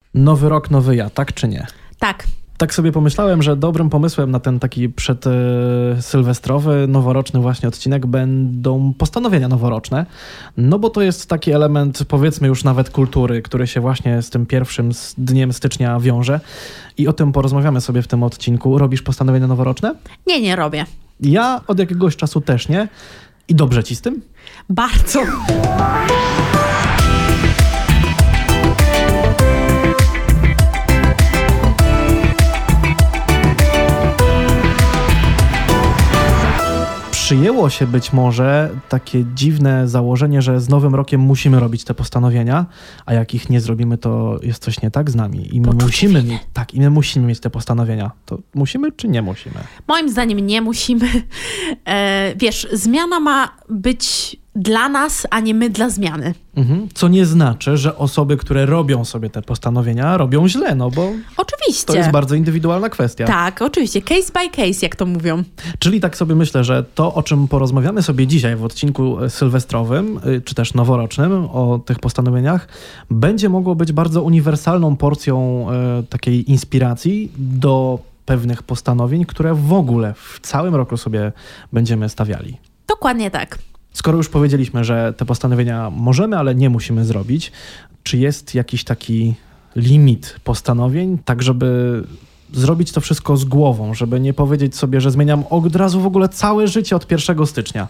Nowy rok, nowy ja, tak czy nie? Tak. Tak sobie pomyślałem, że dobrym pomysłem na ten taki przedsylwestrowy, noworoczny właśnie odcinek będą postanowienia noworoczne, no bo to jest taki element, powiedzmy już nawet kultury, który się właśnie z tym pierwszym dniem stycznia wiąże i o tym porozmawiamy sobie w tym odcinku. Robisz postanowienia noworoczne? Nie robię. Ja od jakiegoś czasu też nie. I dobrze ci z tym? Bardzo. Przyjęło się być może takie dziwne założenie, że z Nowym Rokiem musimy robić te postanowienia, a jak ich nie zrobimy, to jest coś nie tak z nami. I my musimy mieć te postanowienia. To musimy czy nie musimy? Moim zdaniem nie musimy. Wiesz, zmiana ma być dla nas, a nie my dla zmiany. Co nie znaczy, że osoby, które robią sobie te postanowienia, robią źle, no bo oczywiście. To jest bardzo indywidualna kwestia. Tak, oczywiście. Case by case, jak to mówią. Czyli tak sobie myślę, że to, o czym porozmawiamy sobie dzisiaj w odcinku sylwestrowym, czy też noworocznym, o tych postanowieniach, będzie mogło być bardzo uniwersalną porcją takiej inspiracji do pewnych postanowień, które w ogóle w całym roku sobie będziemy stawiali. Dokładnie tak. Skoro już powiedzieliśmy, że te postanowienia możemy, ale nie musimy zrobić, czy jest jakiś taki limit postanowień, tak żeby zrobić to wszystko z głową, żeby nie powiedzieć sobie, że zmieniam od razu w ogóle całe życie od 1 stycznia?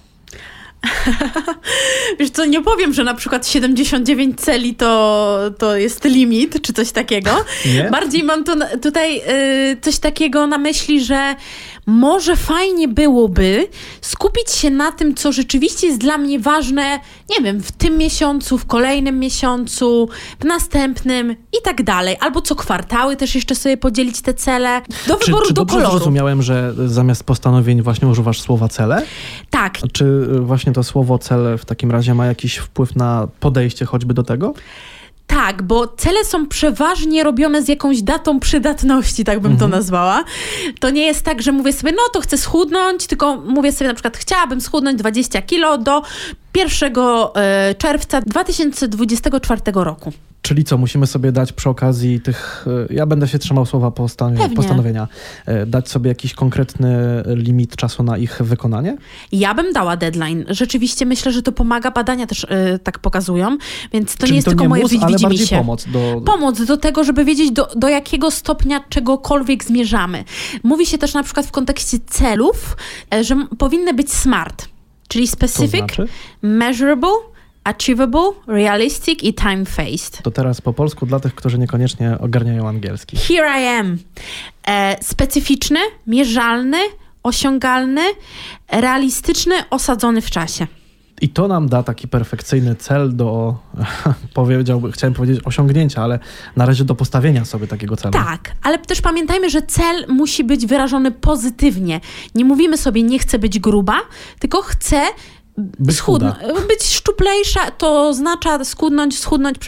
Wiesz co, nie powiem, że na przykład 79 celi to jest limit, czy coś takiego. Nie? Bardziej mam tutaj coś takiego na myśli, że może fajnie byłoby skupić się na tym, co rzeczywiście jest dla mnie ważne, nie wiem, w tym miesiącu, w kolejnym miesiącu, w następnym i tak dalej. Albo co kwartały też jeszcze sobie podzielić te cele. Do wyboru, czy do dobrze koloru. zrozumiałem, że zamiast postanowień właśnie używasz słowa cele? Tak. Czy właśnie to słowo cel w takim razie ma jakiś wpływ na podejście choćby do tego? Tak, bo cele są przeważnie robione z jakąś datą przydatności, tak bym to nazwała. To nie jest tak, że mówię sobie, no to chcę schudnąć, tylko mówię sobie na przykład, chciałabym schudnąć 20 kilo do 1 czerwca 2024 roku. Czyli co, musimy sobie dać przy okazji tych, ja będę się trzymał słowa postanowienia, dać sobie jakiś konkretny limit czasu na ich wykonanie? Ja bym dała deadline. Rzeczywiście myślę, że to pomaga, badania też tak pokazują, więc to Czyli nie jest to tylko nie moje mus, ale widzimy bardziej się. Pomoc do tego, żeby wiedzieć do jakiego stopnia czegokolwiek zmierzamy. Mówi się też na przykład w kontekście celów, że powinny być SMART, czyli specific, to znaczy? measurable, achievable, realistic i time-phased. To teraz po polsku dla tych, którzy niekoniecznie ogarniają angielski. Here I am. Specyficzny, mierzalny, osiągalny, realistyczny, osadzony w czasie. I to nam da taki perfekcyjny cel do, chciałem powiedzieć osiągnięcia, ale na razie do postawienia sobie takibyć celu. Tak, ale też pamiętajmy, że cel musi być wyrażony pozytywnie. Nie mówimy sobie, nie chcę być gruba, tylko chcę być szczuplejsza, to oznacza schudnąć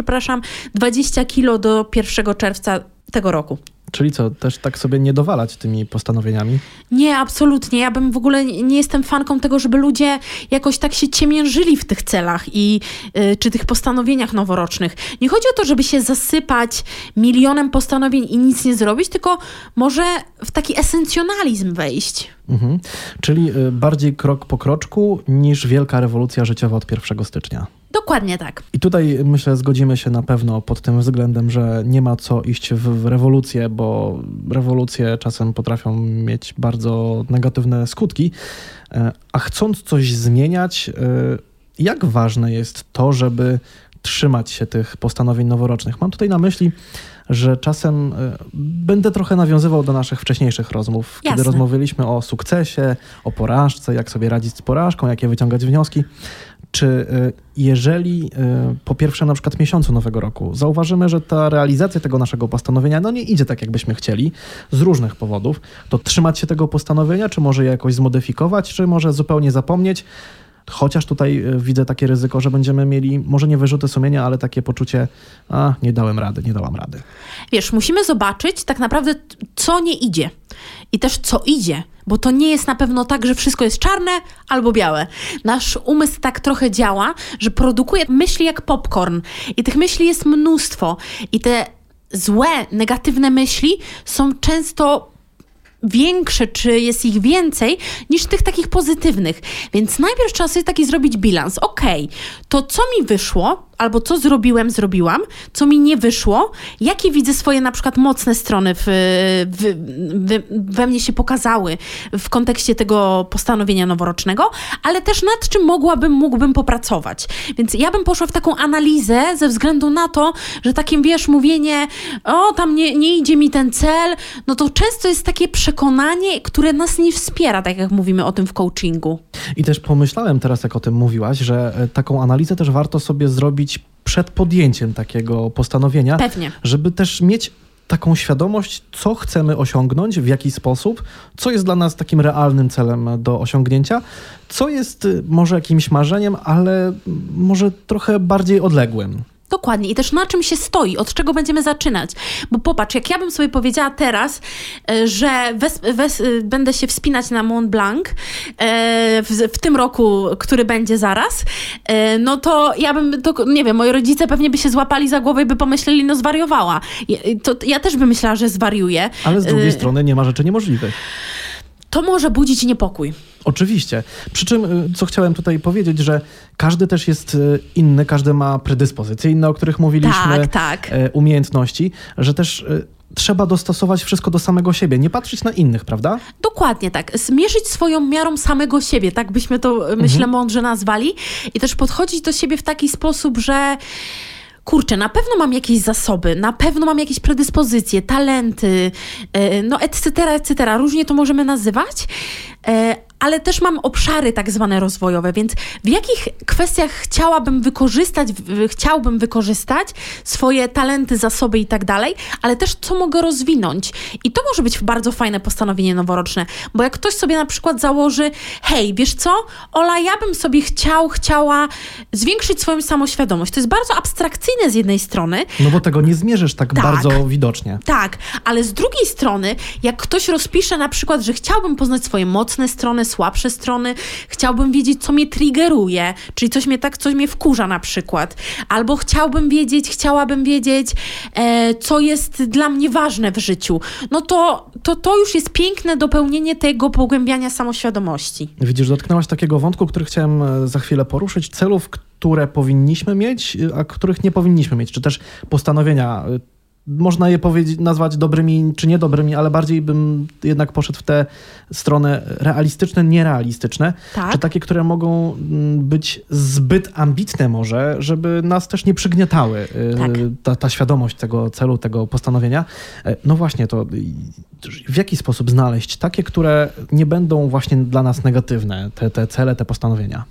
20 kilo do 1 czerwca tego roku. Czyli co, też tak sobie nie dowalać tymi postanowieniami? Nie, absolutnie. Ja bym w ogóle nie jestem fanką tego, żeby ludzie jakoś tak się ciemiężyli w tych celach czy tych postanowieniach noworocznych. Nie chodzi o to, żeby się zasypać milionem postanowień i nic nie zrobić, tylko może w taki esencjonalizm wejść. Czyli bardziej krok po kroczku niż wielka rewolucja życiowa od 1 stycznia. Dokładnie tak. I tutaj myślę, zgodzimy się na pewno pod tym względem, że nie ma co iść w rewolucję, bo rewolucje czasem potrafią mieć bardzo negatywne skutki. A chcąc coś zmieniać, jak ważne jest to, żeby trzymać się tych postanowień noworocznych? Mam tutaj na myśli, że czasem będę trochę nawiązywał do naszych wcześniejszych rozmów, kiedy rozmawialiśmy o sukcesie, o porażce, jak sobie radzić z porażką, jakie wyciągać wnioski. Czy jeżeli po pierwszym na przykład miesiącu nowego roku zauważymy, że ta realizacja tego naszego postanowienia nie idzie tak, jakbyśmy chcieli, z różnych powodów, to trzymać się tego postanowienia, czy może je jakoś zmodyfikować, czy może zupełnie zapomnieć? Chociaż tutaj widzę takie ryzyko, że będziemy mieli może nie wyrzuty sumienia, ale takie poczucie, nie dałam rady. Wiesz, musimy zobaczyć tak naprawdę, co nie idzie i też co idzie, bo to nie jest na pewno tak, że wszystko jest czarne albo białe. Nasz umysł tak trochę działa, że produkuje myśli jak popcorn i tych myśli jest mnóstwo i te złe, negatywne myśli są często większe, czy jest ich więcej, niż tych takich pozytywnych. Więc najpierw trzeba sobie taki zrobić bilans. Okej, to co mi wyszło, albo co zrobiłam, co mi nie wyszło, jakie widzę swoje na przykład mocne strony we mnie się pokazały w kontekście tego postanowienia noworocznego, ale też nad czym mógłbym popracować. Więc ja bym poszła w taką analizę ze względu na to, że takim, mówienie, tam nie idzie mi ten cel, no to często jest takie przekonanie, które nas nie wspiera, tak jak mówimy o tym w coachingu. I też pomyślałem teraz, jak o tym mówiłaś, że taką analizę też warto sobie zrobić przed podjęciem takiego postanowienia. Pewnie. Żeby też mieć taką świadomość, co chcemy osiągnąć, w jaki sposób, co jest dla nas takim realnym celem do osiągnięcia, co jest może jakimś marzeniem, ale może trochę bardziej odległym. Dokładnie. I też na czym się stoi, od czego będziemy zaczynać. Bo popatrz, jak ja bym sobie powiedziała teraz, że będę się wspinać na Mont Blanc w tym roku, który będzie zaraz, no to nie wiem, moi rodzice pewnie by się złapali za głowę i by pomyśleli, no zwariowała. Ja też bym myślała, że zwariuję. Ale z drugiej strony nie ma rzeczy niemożliwych. To może budzić niepokój. Oczywiście. Przy czym, co chciałem tutaj powiedzieć, że każdy też jest inny, każdy ma predyspozycje inne, o których mówiliśmy, tak. Umiejętności, że też trzeba dostosować wszystko do samego siebie, nie patrzeć na innych, prawda? Dokładnie tak. Zmierzyć swoją miarą samego siebie, tak byśmy to, myślę, mądrze nazwali. I też podchodzić do siebie w taki sposób, że kurczę, na pewno mam jakieś zasoby, na pewno mam jakieś predyspozycje, talenty, no etc., różnie to możemy nazywać, ale też mam obszary tak zwane rozwojowe, więc w jakich kwestiach chciałbym wykorzystać swoje talenty, zasoby i tak dalej, ale też co mogę rozwinąć. I to może być bardzo fajne postanowienie noworoczne, bo jak ktoś sobie na przykład założy, hej, wiesz co, Ola, ja bym sobie chciała zwiększyć swoją samoświadomość. To jest bardzo abstrakcyjne z jednej strony. No bo tego nie zmierzysz tak bardzo widocznie. Tak, ale z drugiej strony, jak ktoś rozpisze na przykład, że chciałbym poznać swoje mocne strony, słabsze strony, chciałbym wiedzieć, co mnie triggeruje, czyli coś mnie wkurza na przykład, albo chciałabym wiedzieć, co jest dla mnie ważne w życiu, no to już jest piękne dopełnienie tego pogłębiania samoświadomości. Widzisz, dotknęłaś takiego wątku, który chciałem za chwilę poruszyć, celów, które powinniśmy mieć, a których nie powinniśmy mieć, czy też postanowienia. Można je nazwać dobrymi czy niedobrymi, ale bardziej bym jednak poszedł w tę stronę realistyczne, nierealistyczne. Tak. Czy takie, które mogą być zbyt ambitne może, żeby nas też nie przygniatały. Tak. Ta świadomość tego celu, tego postanowienia. No właśnie, to w jaki sposób znaleźć takie, które nie będą właśnie dla nas negatywne, te cele, te postanowienia?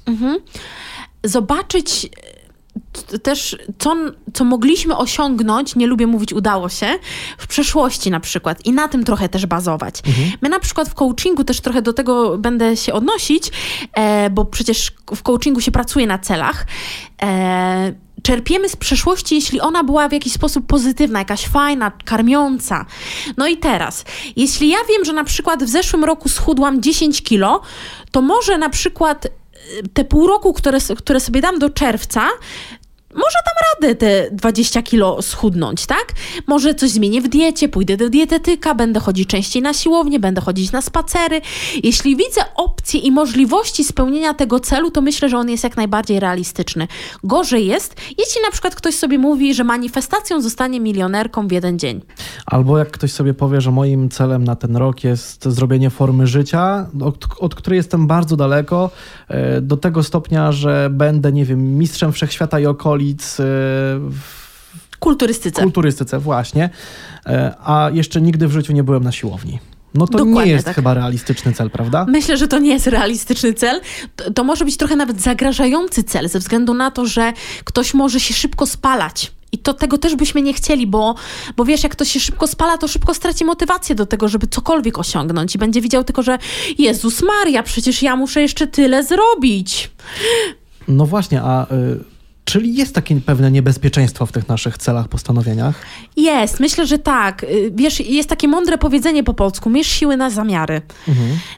Zobaczyć też, co mogliśmy osiągnąć, nie lubię mówić udało się, w przeszłości na przykład i na tym trochę też bazować. My na przykład w coachingu też trochę do tego będę się odnosić, bo przecież w coachingu się pracuje na celach. Czerpiemy z przeszłości, jeśli ona była w jakiś sposób pozytywna, jakaś fajna, karmiąca. No i teraz, jeśli ja wiem, że na przykład w zeszłym roku schudłam 10 kilo, to może na przykład te pół roku, które sobie dam do czerwca, może dam radę te 20 kilo schudnąć, tak? Może coś zmienię w diecie, pójdę do dietetyka, będę chodzić częściej na siłownię, będę chodzić na spacery. Jeśli widzę opcje i możliwości spełnienia tego celu, to myślę, że on jest jak najbardziej realistyczny. Gorzej jest, jeśli na przykład ktoś sobie mówi, że manifestacją zostanie milionerką w jeden dzień. Albo jak ktoś sobie powie, że moim celem na ten rok jest zrobienie formy życia, od której jestem bardzo daleko, do tego stopnia, że będę, nie wiem, mistrzem wszechświata i okolic w kulturystyce, właśnie. A jeszcze nigdy w życiu nie byłem na siłowni. No to dokładnie nie jest chyba realistyczny cel, prawda? Myślę, że to nie jest realistyczny cel. To może być trochę nawet zagrażający cel, ze względu na to, że ktoś może się szybko spalać. I tego też byśmy nie chcieli, bo wiesz, jak ktoś się szybko spala, to szybko straci motywację do tego, żeby cokolwiek osiągnąć. I będzie widział tylko, że Jezus Maria, przecież ja muszę jeszcze tyle zrobić. No właśnie, czyli jest takie pewne niebezpieczeństwo w tych naszych celach, postanowieniach? Jest, myślę, że tak. Wiesz, jest takie mądre powiedzenie po polsku, mierz siły na zamiary.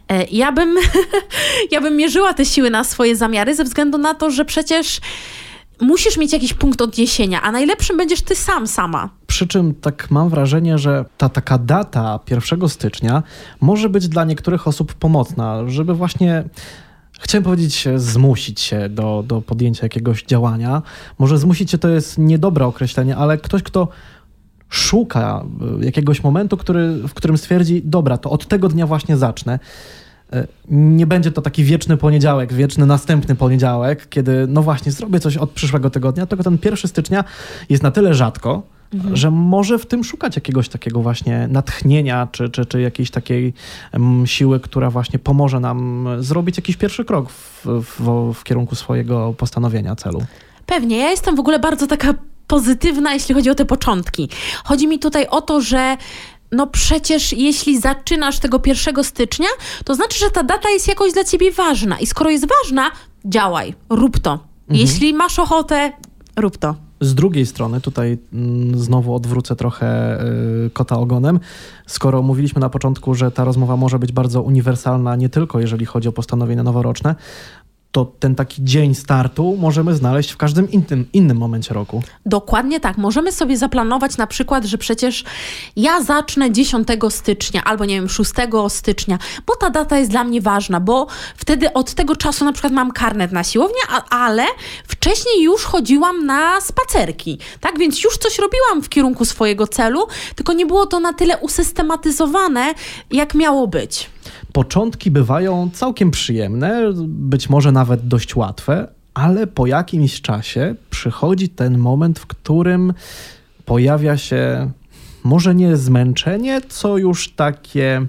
Ja bym mierzyła te siły na swoje zamiary ze względu na to, że przecież musisz mieć jakiś punkt odniesienia, a najlepszym będziesz ty sama. Przy czym tak mam wrażenie, że ta taka data 1 stycznia może być dla niektórych osób pomocna, żeby właśnie, chciałem powiedzieć, zmusić się do podjęcia jakiegoś działania. Może zmusić się to jest niedobre określenie, ale ktoś, kto szuka jakiegoś momentu, w którym stwierdzi, dobra, to od tego dnia właśnie zacznę. Nie będzie to taki wieczny poniedziałek, wieczny następny poniedziałek, kiedy no właśnie zrobię coś od przyszłego tygodnia, tylko ten 1 stycznia jest na tyle rzadko, że może w tym szukać jakiegoś takiego właśnie natchnienia, czy jakiejś takiej siły, która właśnie pomoże nam zrobić jakiś pierwszy krok w kierunku swojego postanowienia, celu. Pewnie. Ja jestem w ogóle bardzo taka pozytywna, jeśli chodzi o te początki. Chodzi mi tutaj o to, że no przecież jeśli zaczynasz tego 1 stycznia, to znaczy, że ta data jest jakoś dla ciebie ważna. I skoro jest ważna, działaj, rób to. Jeśli masz ochotę, rób to. Z drugiej strony, tutaj znowu odwrócę trochę kota ogonem, skoro mówiliśmy na początku, że ta rozmowa może być bardzo uniwersalna, nie tylko jeżeli chodzi o postanowienia noworoczne, to ten taki dzień startu możemy znaleźć w każdym innym momencie roku. Dokładnie tak. Możemy sobie zaplanować na przykład, że przecież ja zacznę 10 stycznia albo nie wiem, 6 stycznia, bo ta data jest dla mnie ważna, bo wtedy od tego czasu na przykład mam karnet na siłownię, ale wcześniej już chodziłam na spacerki, tak? Więc już coś robiłam w kierunku swojego celu, tylko nie było to na tyle usystematyzowane, jak miało być. Początki bywają całkiem przyjemne, być może nawet dość łatwe, ale po jakimś czasie przychodzi ten moment, w którym pojawia się może nie zmęczenie, co już takie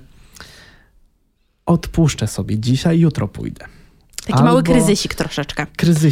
odpuszczę sobie dzisiaj, jutro pójdę. Taki mały kryzysik troszeczkę.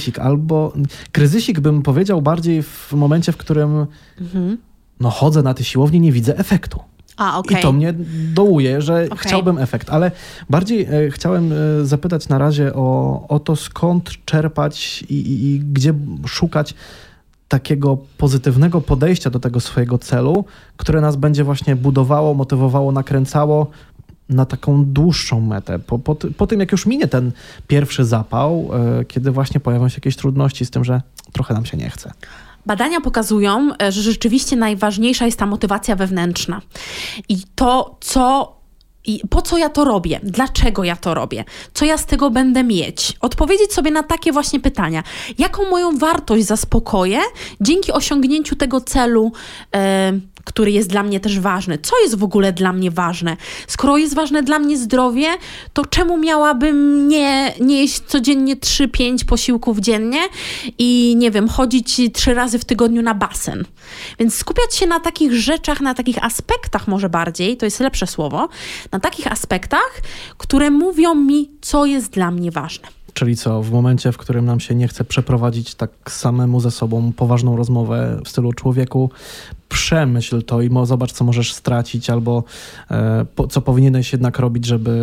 Kryzysik bym powiedział bardziej w momencie, w którym chodzę na tę siłownię, nie widzę efektu. Okay. I to mnie dołuje, że chciałbym efekt, ale bardziej chciałem zapytać na razie o to, skąd czerpać i gdzie szukać takiego pozytywnego podejścia do tego swojego celu, które nas będzie właśnie budowało, motywowało, nakręcało na taką dłuższą metę. Po tym, jak już minie ten pierwszy zapał, kiedy właśnie pojawią się jakieś trudności z tym, że trochę nam się nie chce. Badania pokazują, że rzeczywiście najważniejsza jest ta motywacja wewnętrzna. I to, po co ja to robię? Dlaczego ja to robię? Co ja z tego będę mieć? Odpowiedzieć sobie na takie właśnie pytania. Jaką moją wartość zaspokoję dzięki osiągnięciu tego celu, który jest dla mnie też ważny. Co jest w ogóle dla mnie ważne? Skoro jest ważne dla mnie zdrowie, to czemu miałabym nie jeść codziennie 3-5 posiłków dziennie i nie wiem, chodzić 3 razy w tygodniu na basen? Więc skupiać się na takich rzeczach, na takich aspektach może bardziej, to jest lepsze słowo, na takich aspektach, które mówią mi, co jest dla mnie ważne. Czyli co, w momencie, w którym nam się nie chce przeprowadzić tak samemu ze sobą poważną rozmowę w stylu człowieku, przemyśl to i zobacz, co możesz stracić albo co powinieneś jednak robić, żeby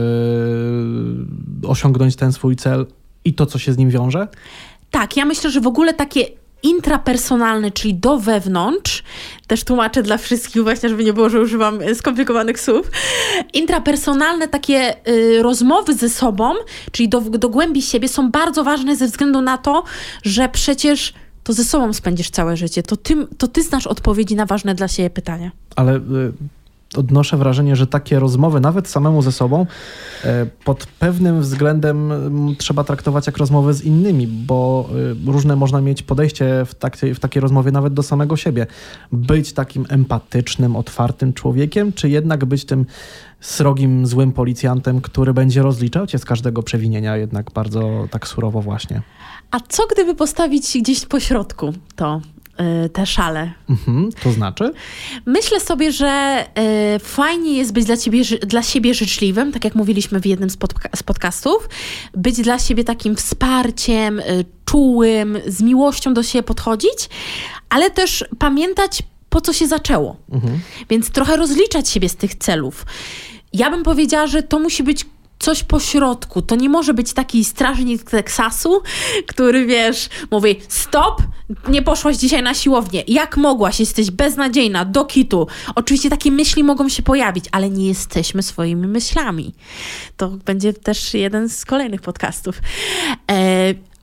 osiągnąć ten swój cel i to, co się z nim wiąże? Tak, ja myślę, że w ogóle takie intrapersonalne, czyli do wewnątrz, też tłumaczę dla wszystkich właśnie, żeby nie było, że używam skomplikowanych słów, intrapersonalne takie rozmowy ze sobą, czyli do głębi siebie są bardzo ważne ze względu na to, że przecież to ze sobą spędzisz całe życie, to ty znasz odpowiedzi na ważne dla siebie pytania. Ale odnoszę wrażenie, że takie rozmowy, nawet samemu ze sobą, pod pewnym względem trzeba traktować jak rozmowy z innymi, bo różne można mieć podejście w takiej rozmowie nawet do samego siebie. Być takim empatycznym, otwartym człowiekiem, czy jednak być tym srogim, złym policjantem, który będzie rozliczał cię z każdego przewinienia, jednak bardzo tak surowo właśnie. A co gdyby postawić gdzieś po środku te szale? To znaczy? Myślę sobie, że fajnie jest być dla siebie życzliwym, tak jak mówiliśmy w jednym z podcastów, być dla siebie takim wsparciem, czułym, z miłością do siebie podchodzić, ale też pamiętać, po co się zaczęło. Więc trochę rozliczać siebie z tych celów. Ja bym powiedziała, że to musi być coś po środku. To nie może być taki strażnik Teksasu, który, wiesz, mówi stop, nie poszłaś dzisiaj na siłownię. Jak mogłaś? Jesteś beznadziejna, do kitu. Oczywiście takie myśli mogą się pojawić, ale nie jesteśmy swoimi myślami. To będzie też jeden z kolejnych podcastów.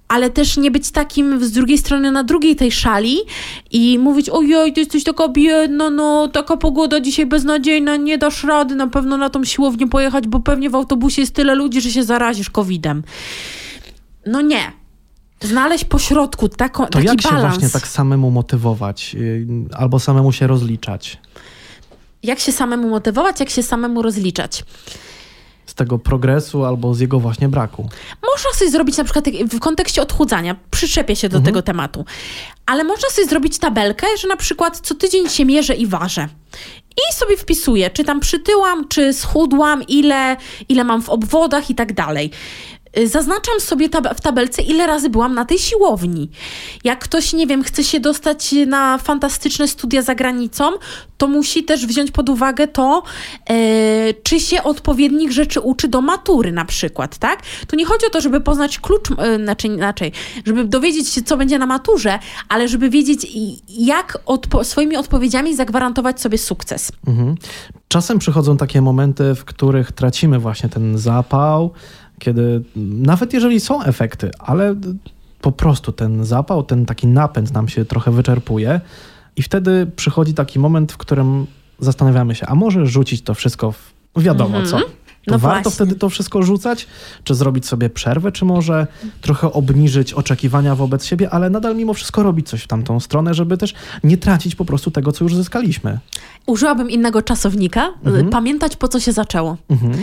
ale też nie być takim z drugiej strony na drugiej tej szali i mówić, ojej, ty jesteś taka biedna, no taka pogoda dzisiaj beznadziejna, nie dasz rady na pewno na tą siłownię pojechać, bo pewnie w autobusie jest tyle ludzi, że się zarazisz COVID-em. No nie. Znaleźć pośrodku taki balans. To jak się właśnie tak samemu motywować albo samemu się rozliczać? Jak się samemu motywować, jak się samemu rozliczać? Z tego progresu albo z jego właśnie braku. Można sobie zrobić na przykład w kontekście odchudzania, przyczepię się do tego tematu, ale można sobie zrobić tabelkę, że na przykład co tydzień się mierzę i ważę. I sobie wpisuję, czy tam przytyłam, czy schudłam, ile mam w obwodach i tak dalej. Zaznaczam sobie w tabelce, ile razy byłam na tej siłowni. Jak ktoś, nie wiem, chce się dostać na fantastyczne studia za granicą, to musi też wziąć pod uwagę to, czy się odpowiednich rzeczy uczy do matury na przykład, tak? Tu nie chodzi o to, żeby poznać klucz, inaczej, żeby dowiedzieć się, co będzie na maturze, ale żeby wiedzieć, jak swoimi odpowiedziami zagwarantować sobie sukces. Czasem przychodzą takie momenty, w których tracimy właśnie ten zapał, kiedy nawet jeżeli są efekty, ale po prostu ten zapał, ten taki napęd nam się trochę wyczerpuje i wtedy przychodzi taki moment, w którym zastanawiamy się, a może rzucić to wszystko wiadomo co. To no warto właśnie. wtedy to wszystko rzucać? Czy zrobić sobie przerwę? Czy może trochę obniżyć oczekiwania wobec siebie, ale nadal mimo wszystko robić coś w tamtą stronę, żeby też nie tracić po prostu tego, co już zyskaliśmy? Użyłabym innego czasownika. Pamiętać, po co się zaczęło.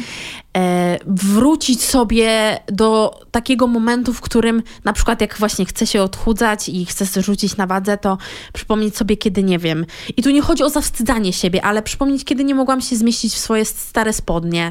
Wrócić sobie do takiego momentu, w którym na przykład jak właśnie chcę się odchudzać i chcę rzucić na wadze, to przypomnieć sobie, kiedy nie wiem. I tu nie chodzi o zawstydzanie siebie, ale przypomnieć, kiedy nie mogłam się zmieścić w swoje stare spodnie.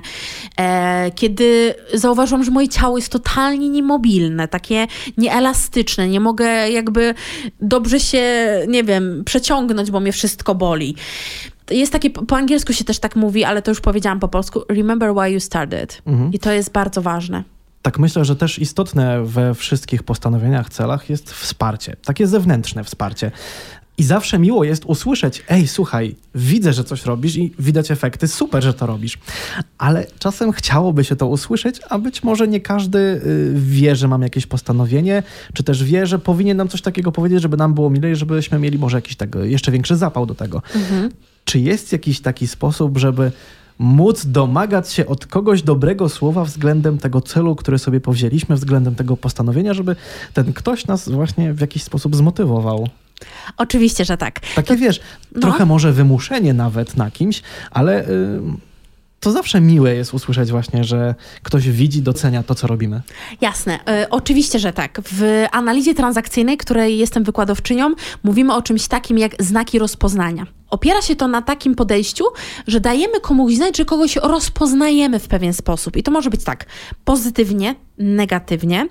Kiedy zauważyłam, że moje ciało jest totalnie niemobilne, takie nieelastyczne, nie mogę jakby dobrze się, nie wiem, przeciągnąć, bo mnie wszystko boli. Jest takie, po angielsku się też tak mówi, ale to już powiedziałam po polsku, remember why you started. I to jest bardzo ważne. Tak myślę, że też istotne we wszystkich postanowieniach, celach jest wsparcie. Takie zewnętrzne wsparcie. I zawsze miło jest usłyszeć, ej, słuchaj, widzę, że coś robisz i widać efekty, super, że to robisz. Ale czasem chciałoby się to usłyszeć, a być może nie każdy wie, że mam jakieś postanowienie, czy też wie, że powinien nam coś takiego powiedzieć, żeby nam było milej, żebyśmy mieli może jakiś jeszcze większy zapał do tego. Czy jest jakiś taki sposób, żeby móc domagać się od kogoś dobrego słowa względem tego celu, który sobie powzięliśmy, względem tego postanowienia, żeby ten ktoś nas właśnie w jakiś sposób zmotywował? Oczywiście, że tak. Takie wiesz, trochę może wymuszenie nawet na kimś, ale to zawsze miłe jest usłyszeć właśnie, że ktoś widzi, docenia to, co robimy. Jasne. Oczywiście, że tak. W analizie transakcyjnej, której jestem wykładowczynią, mówimy o czymś takim jak znaki rozpoznania. Opiera się to na takim podejściu, że dajemy komuś znać, że kogoś rozpoznajemy w pewien sposób. I to może być tak pozytywnie, negatywnie,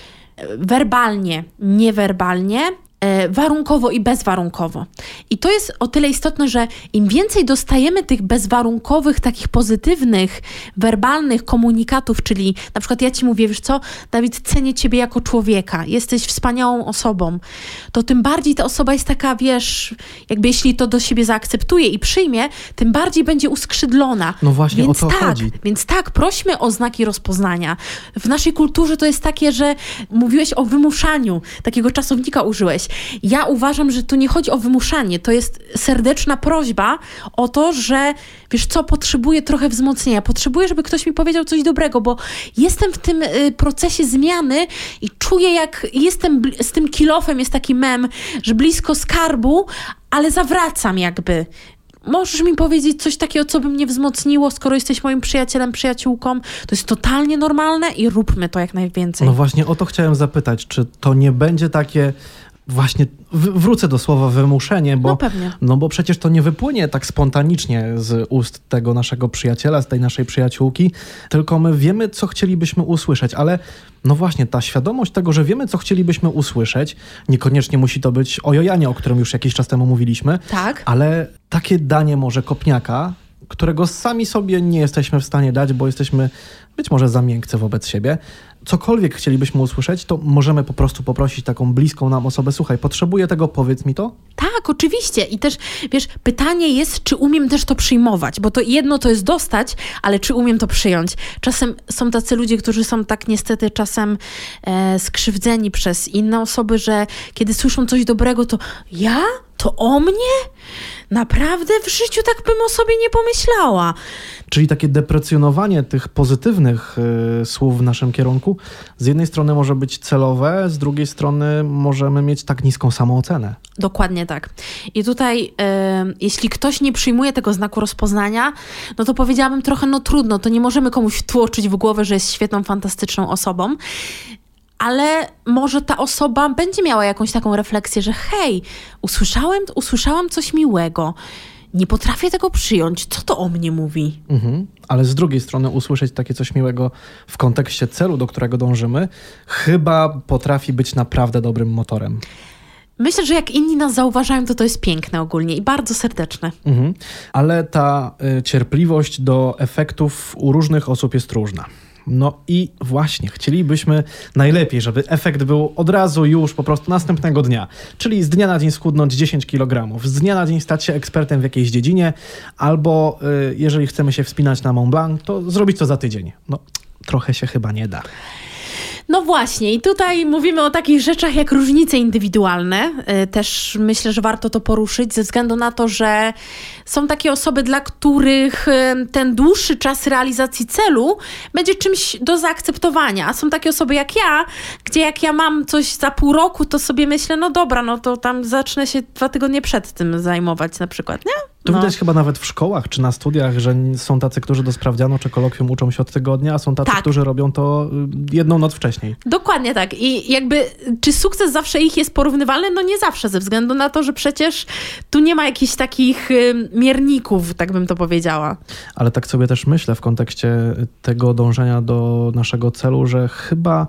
werbalnie, niewerbalnie, warunkowo i bezwarunkowo. I to jest o tyle istotne, że im więcej dostajemy tych bezwarunkowych, takich pozytywnych, werbalnych komunikatów, czyli na przykład ja ci mówię, wiesz co, Dawid, cenię ciebie jako człowieka, jesteś wspaniałą osobą, to tym bardziej ta osoba jest taka, wiesz, jakby jeśli to do siebie zaakceptuje i przyjmie, tym bardziej będzie uskrzydlona. No właśnie, więc o to chodzi. Więc tak, prośmy o znaki rozpoznania. W naszej kulturze to jest takie, że mówiłeś o wymuszaniu, takiego czasownika użyłeś. Ja uważam, że tu nie chodzi o wymuszanie, to jest serdeczna prośba o to, że wiesz co, potrzebuję trochę wzmocnienia, potrzebuję, żeby ktoś mi powiedział coś dobrego, bo jestem w tym procesie zmiany i czuję, jak jestem z tym kilofem, jest taki mem, że blisko skarbu, ale zawracam jakby. Możesz mi powiedzieć coś takiego, co by mnie wzmocniło, skoro jesteś moim przyjacielem, przyjaciółką? To jest totalnie normalne i róbmy to jak najwięcej. No właśnie o to chciałem zapytać, czy to nie będzie takie właśnie, wrócę do słowa wymuszenie, bo, no pewnie. No bo przecież to nie wypłynie tak spontanicznie z ust tego naszego przyjaciela, z tej naszej przyjaciółki, tylko my wiemy, co chcielibyśmy usłyszeć, ale no właśnie, ta świadomość tego, że wiemy, co chcielibyśmy usłyszeć, niekoniecznie musi to być ojojanie, o którym już jakiś czas temu mówiliśmy, tak, ale takie danie może kopniaka, którego sami sobie nie jesteśmy w stanie dać, bo jesteśmy być może za miękcy wobec siebie, cokolwiek chcielibyśmy usłyszeć, to możemy po prostu poprosić taką bliską nam osobę, słuchaj, potrzebuję tego, powiedz mi to. Tak, oczywiście. I też, wiesz, pytanie jest, czy umiem też to przyjmować, bo to jedno to jest dostać, ale czy umiem to przyjąć. Czasem są tacy ludzie, którzy są tak niestety czasem skrzywdzeni przez inne osoby, że kiedy słyszą coś dobrego, to ja? To o mnie? Naprawdę w życiu tak bym o sobie nie pomyślała. Czyli takie deprecjonowanie tych pozytywnych słów w naszym kierunku z jednej strony może być celowe, z drugiej strony możemy mieć tak niską samoocenę. Dokładnie tak. I tutaj jeśli ktoś nie przyjmuje tego znaku rozpoznania, no to powiedziałabym trochę, no trudno, to nie możemy komuś wtłoczyć w głowę, że jest świetną, fantastyczną osobą. Ale może ta osoba będzie miała jakąś taką refleksję, że hej, usłyszałam coś miłego, nie potrafię tego przyjąć, co to o mnie mówi? Ale z drugiej strony usłyszeć takie coś miłego w kontekście celu, do którego dążymy, chyba potrafi być naprawdę dobrym motorem. Myślę, że jak inni nas zauważają, to jest piękne ogólnie i bardzo serdeczne. Ale ta cierpliwość do efektów u różnych osób jest różna. No i właśnie, chcielibyśmy najlepiej, żeby efekt był od razu już po prostu następnego dnia. Czyli z dnia na dzień schudnąć 10 kg, z dnia na dzień stać się ekspertem w jakiejś dziedzinie, albo jeżeli chcemy się wspinać na Mont Blanc, to zrobić to za tydzień. No, trochę się chyba nie da. No właśnie i tutaj mówimy o takich rzeczach jak różnice indywidualne. Też myślę, że warto to poruszyć ze względu na to, że są takie osoby, dla których ten dłuższy czas realizacji celu będzie czymś do zaakceptowania. A są takie osoby jak ja, gdzie jak ja mam coś za pół roku, to sobie myślę, no dobra, no to tam zacznę się 2 tygodnie przed tym zajmować na przykład, nie? To widać chyba nawet w szkołach czy na studiach, że są tacy, którzy do sprawdzianu czy kolokwium uczą się od tygodnia, a są tacy, którzy robią to jedną noc wcześniej. Dokładnie tak. I jakby, czy sukces zawsze ich jest porównywalny? No nie zawsze, ze względu na to, że przecież tu nie ma jakichś takich mierników, tak bym to powiedziała. Ale tak sobie też myślę w kontekście tego dążenia do naszego celu, że chyba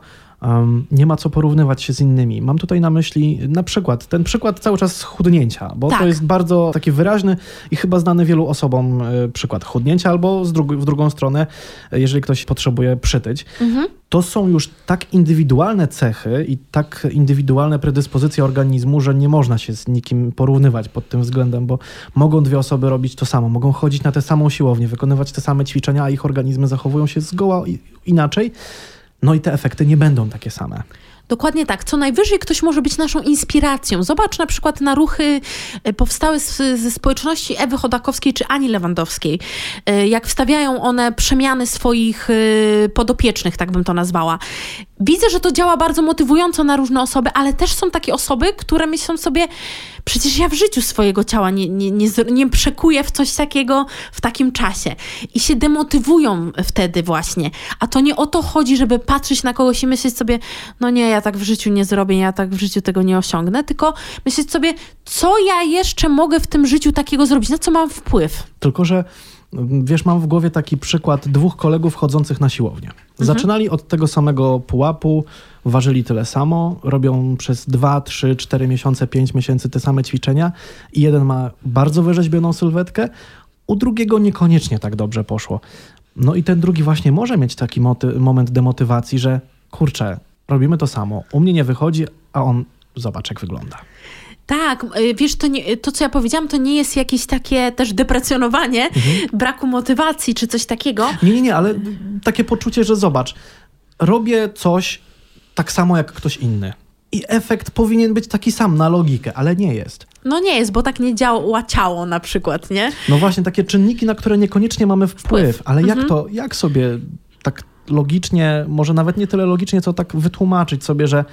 nie ma co porównywać się z innymi. Mam tutaj na myśli na przykład, ten przykład cały czas chudnięcia, bo to jest bardzo taki wyraźny i chyba znany wielu osobom przykład chudnięcia, albo w drugą stronę, jeżeli ktoś potrzebuje przytyć. To są już tak indywidualne cechy i tak indywidualne predyspozycje organizmu, że nie można się z nikim porównywać pod tym względem, bo mogą 2 osoby robić to samo, mogą chodzić na tę samą siłownię, wykonywać te same ćwiczenia, a ich organizmy zachowują się zgoła inaczej. No i te efekty nie będą takie same. Dokładnie tak. Co najwyżej ktoś może być naszą inspiracją. Zobacz na przykład na ruchy powstałe ze społeczności Ewy Chodakowskiej czy Ani Lewandowskiej. Jak wstawiają one przemiany swoich podopiecznych, tak bym to nazwała. Widzę, że to działa bardzo motywująco na różne osoby, ale też są takie osoby, które myślą sobie, przecież ja w życiu swojego ciała nie przekuję w coś takiego w takim czasie. I się demotywują wtedy właśnie. A to nie o to chodzi, żeby patrzeć na kogoś i myśleć sobie, no nie, ja tak w życiu nie zrobię, ja tak w życiu tego nie osiągnę, tylko myśleć sobie, co ja jeszcze mogę w tym życiu takiego zrobić, na co mam wpływ. Tylko, że wiesz, mam w głowie taki przykład 2 kolegów chodzących na siłownię. Zaczynali od tego samego pułapu, ważyli tyle samo, robią przez 2, 3, 4 miesiące, 5 miesięcy te same ćwiczenia i jeden ma bardzo wyrzeźbioną sylwetkę, u drugiego niekoniecznie tak dobrze poszło. No i ten drugi właśnie może mieć taki moment demotywacji, że kurczę, robimy to samo, u mnie nie wychodzi, a on zobacz jak wygląda. Tak, wiesz, to co ja powiedziałam, to nie jest jakieś takie też deprecjonowanie braku motywacji czy coś takiego. Nie, ale takie poczucie, że zobacz, robię coś tak samo jak ktoś inny. I efekt powinien być taki sam na logikę, ale nie jest. No nie jest, bo tak nie działa ciało na przykład, nie? No właśnie, takie czynniki, na które niekoniecznie mamy wpływ. Ale jak sobie tak logicznie, może nawet nie tyle logicznie, co tak wytłumaczyć sobie, że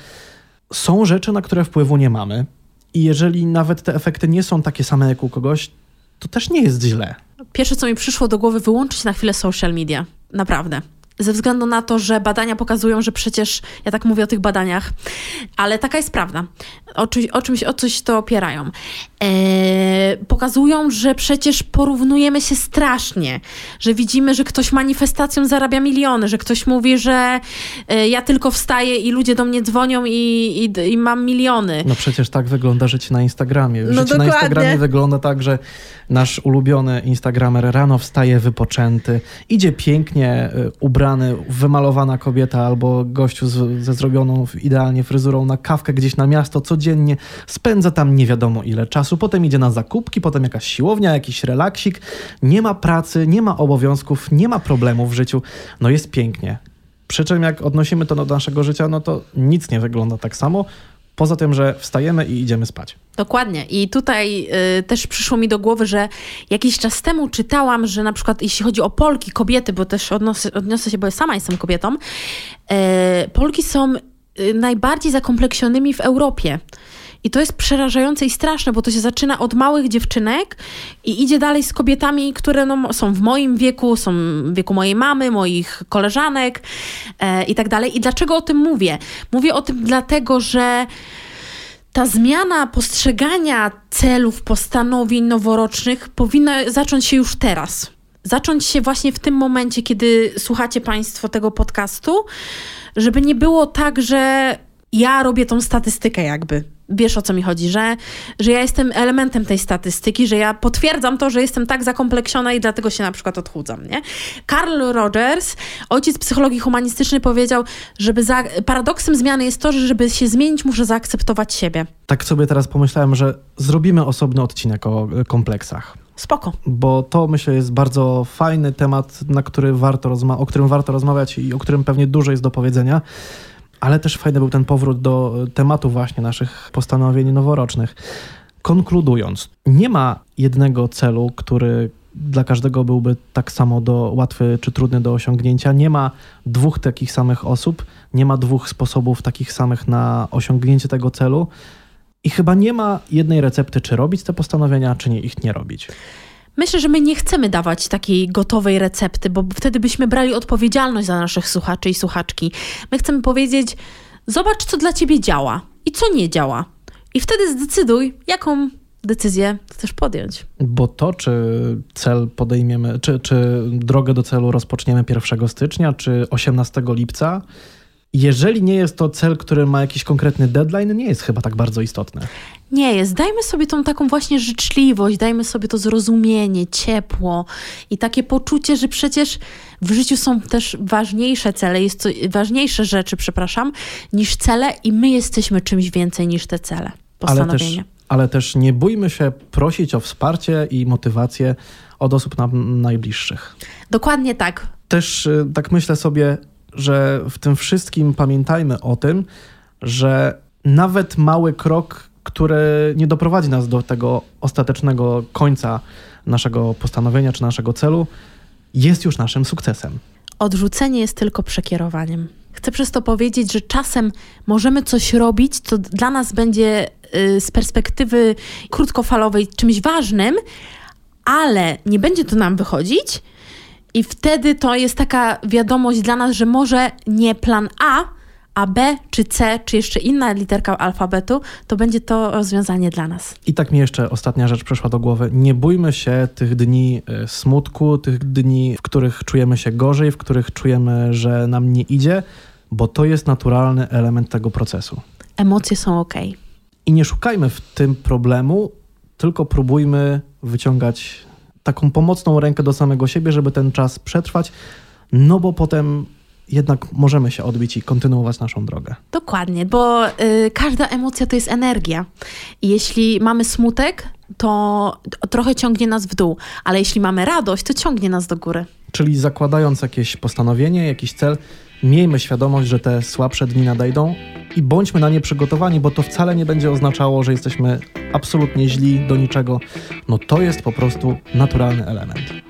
są rzeczy, na które wpływu nie mamy i jeżeli nawet te efekty nie są takie same jak u kogoś, to też nie jest źle. Pierwsze, co mi przyszło do głowy, wyłączyć na chwilę social media. Naprawdę. Ze względu na to, że badania pokazują, że przecież, ja tak mówię o tych badaniach, ale taka jest prawda. O coś to opierają. Pokazują, że przecież porównujemy się strasznie, że widzimy, że ktoś manifestacją zarabia miliony, że ktoś mówi, że ja tylko wstaję i ludzie do mnie dzwonią i mam miliony. No przecież tak wygląda życie na Instagramie. Życie dokładnie. Na Instagramie wygląda tak, że nasz ulubiony instagramer rano wstaje wypoczęty, idzie pięknie ubrany ubrany, wymalowana kobieta albo gościu ze zrobioną idealnie fryzurą na kawkę gdzieś na miasto codziennie, spędza tam nie wiadomo ile czasu, potem idzie na zakupki, potem jakaś siłownia, jakiś relaksik, nie ma pracy, nie ma obowiązków, nie ma problemów w życiu, no jest pięknie. Przy czym jak odnosimy to do naszego życia, no to nic nie wygląda tak samo, poza tym, że wstajemy i idziemy spać. Dokładnie. I tutaj też przyszło mi do głowy, że jakiś czas temu czytałam, że na przykład jeśli chodzi o Polki, kobiety, bo też odniosę się, bo ja sama jestem kobietą, Polki są najbardziej zakompleksionymi w Europie. I to jest przerażające i straszne, bo to się zaczyna od małych dziewczynek i idzie dalej z kobietami, które są w moim wieku, są w wieku mojej mamy, moich koleżanek i tak dalej. I dlaczego o tym mówię? Mówię o tym dlatego, że ta zmiana postrzegania celów, postanowień noworocznych powinna zacząć się już teraz. Zacząć się właśnie w tym momencie, kiedy słuchacie Państwo tego podcastu, żeby nie było tak, że ja robię tą statystykę jakby. Wiesz, o co mi chodzi, że ja jestem elementem tej statystyki, że ja potwierdzam to, że jestem tak zakompleksiona i dlatego się na przykład odchudzam, nie? Carl Rogers, ojciec psychologii humanistycznej, powiedział, paradoksem zmiany jest to, że żeby się zmienić, muszę zaakceptować siebie. Tak sobie teraz pomyślałem, że zrobimy osobny odcinek o kompleksach. Spoko. Bo to, myślę, jest bardzo fajny temat, o którym warto rozmawiać i o którym pewnie dużo jest do powiedzenia. Ale też fajny był ten powrót do tematu właśnie naszych postanowień noworocznych. Konkludując, nie ma jednego celu, który dla każdego byłby tak samo łatwy czy trudny do osiągnięcia. Nie ma dwóch takich samych osób, nie ma dwóch sposobów takich samych na osiągnięcie tego celu i chyba nie ma jednej recepty, czy robić te postanowienia, czy ich nie robić. Myślę, że my nie chcemy dawać takiej gotowej recepty, bo wtedy byśmy brali odpowiedzialność za naszych słuchaczy i słuchaczki. My chcemy powiedzieć, zobacz, co dla ciebie działa i co nie działa. I wtedy zdecyduj, jaką decyzję chcesz podjąć. Bo to, czy cel podejmiemy, czy drogę do celu rozpoczniemy 1 stycznia, czy 18 lipca, jeżeli nie jest to cel, który ma jakiś konkretny deadline, nie jest chyba tak bardzo istotny. Nie jest. Dajmy sobie tą taką właśnie życzliwość, dajmy sobie to zrozumienie, ciepło i takie poczucie, że przecież w życiu są też ważniejsze cele, ważniejsze rzeczy, niż cele i my jesteśmy czymś więcej niż te cele, postanowienia. Ale też nie bójmy się prosić o wsparcie i motywację od osób nam najbliższych. Dokładnie tak. Też tak myślę sobie, że w tym wszystkim pamiętajmy o tym, że nawet mały krok, który nie doprowadzi nas do tego ostatecznego końca naszego postanowienia czy naszego celu, jest już naszym sukcesem. Odrzucenie jest tylko przekierowaniem. Chcę przez to powiedzieć, że czasem możemy coś robić, co dla nas będzie z perspektywy krótkofalowej czymś ważnym, ale nie będzie to nam wychodzić i wtedy to jest taka wiadomość dla nas, że może nie plan A B czy C, czy jeszcze inna literka alfabetu, to będzie to rozwiązanie dla nas. I tak mi jeszcze ostatnia rzecz przyszła do głowy. Nie bójmy się tych dni smutku, tych dni, w których czujemy się gorzej, w których czujemy, że nam nie idzie, bo to jest naturalny element tego procesu. Emocje są okej. I nie szukajmy w tym problemu, tylko próbujmy wyciągać taką pomocną rękę do samego siebie, żeby ten czas przetrwać, no bo potem jednak możemy się odbić i kontynuować naszą drogę. Dokładnie, bo każda emocja to jest energia. I jeśli mamy smutek, to trochę ciągnie nas w dół, ale jeśli mamy radość, to ciągnie nas do góry. Czyli zakładając jakieś postanowienie, jakiś cel, miejmy świadomość, że te słabsze dni nadejdą i bądźmy na nie przygotowani, bo to wcale nie będzie oznaczało, że jesteśmy absolutnie źli do niczego. No to jest po prostu naturalny element.